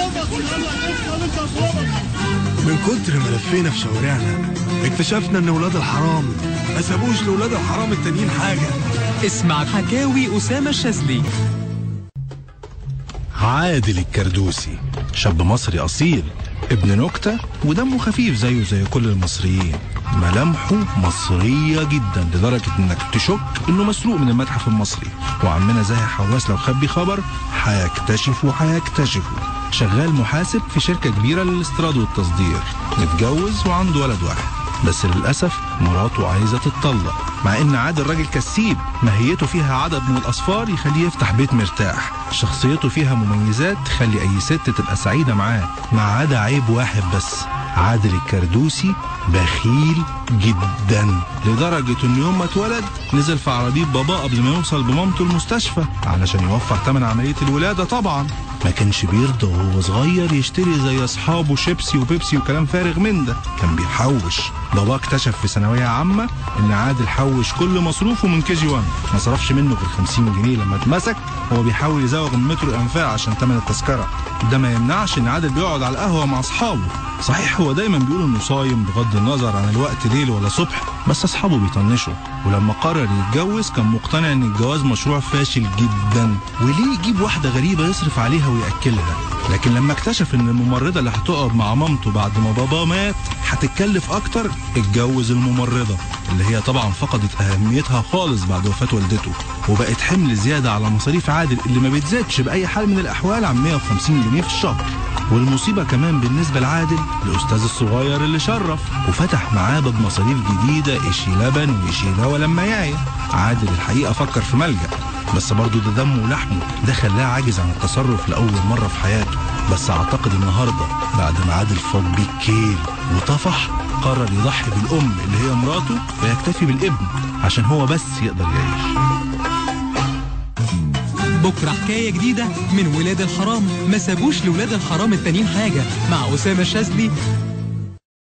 من كتر ما لفينا في شوارعنا اكتشفنا ان ولاد الحرام ما سابوش لولاد الحرام التانيين حاجة. اسمع حكاوي أسامة الشاذلي. عادل الكردوسي شاب مصري أصيل، ابن نكتة ودمه خفيف زيه زي كل المصريين. ملامحه مصرية جدا لدرجة انك تشك انه مسروق من المتحف المصري. وعمنا زاهي حواس لو خبي خبر هيكتشفوا. شغال محاسب في شركة كبيرة للاستيراد والتصدير، متجوز وعنده ولد واحد، بس للأسف مراته عايزة تتطلق، مع ان عادل راجل كسيب، ماهيته فيها عدد من الأصفار يخليه يفتح بيت مرتاح، شخصيته فيها مميزات تخلي أي ست تبقى سعيدة معاه، ما عدا عيب واحد بس، عادل الكردوسي بخيل جدا، لدرجة ان يوم ما اتولد نزل في عربية بابا قبل ما يوصل بمامته المستشفى علشان يوفر ثمن عملية الولادة. طبعا ما كانش بيرضى وهو صغير يشتري زي اصحابه شيبسي وبيبسي وكلام فارغ من ده، كان بيحوش. بابا اكتشف في ثانوية عامة ان عادل حوش كل مصروفه من KG1، ما صرفش منه غير 50 جنيه لما اتمسك هو بيحاول يزوغ من مترو الانفاق عشان ثمن التذكرة. ده ما يمنعش ان عادل بيقعد على القهوة مع اصحابه. صحيح هو دايما بيقول انه صايم بغض النظر عن الوقت ليل ولا صبح، بس اصحابه بيطنشوا. ولما قرر يتجوز كان مقتنع ان الجواز مشروع فاشل جدا، وليه يجيب واحدة غريبة يصرف عليها ويأكلها. لكن لما اكتشف ان الممرضة اللي هتقعد مع مامته بعد ما بابا مات هتتكلف اكتر، اتجوز الممرضة اللي هي طبعا فقدت اهميتها خالص بعد وفاة والدته، وبقت حمل زيادة على مصاريف عادل اللي ما بتزادش بأي حال من الأحوال عن 150 جنيه في الشهر. والمصيبة كمان بالنسبة لعادل الأستاذ الصغير اللي شرف وفتح معاه باب مصاريف جديدة، إشي لبن وإشي دواء لما يعي. عادل الحقيقة فكر في ملجأ، بس برضه ده دمه ولحمه، ده خلاه عاجز عن التصرف لأول مرة في حياته. بس أعتقد النهاردة بعد ما عادل فاض بيه الكيل وطفح، قرر يضحي بالأم اللي هي مراته ويكتفي بالابن عشان هو بس يقدر يعيش. بكرة حكاية جديدة من ولاد الحرام ما سابوش لولاد الحرام التانيين حاجة مع أسامة الشاذلي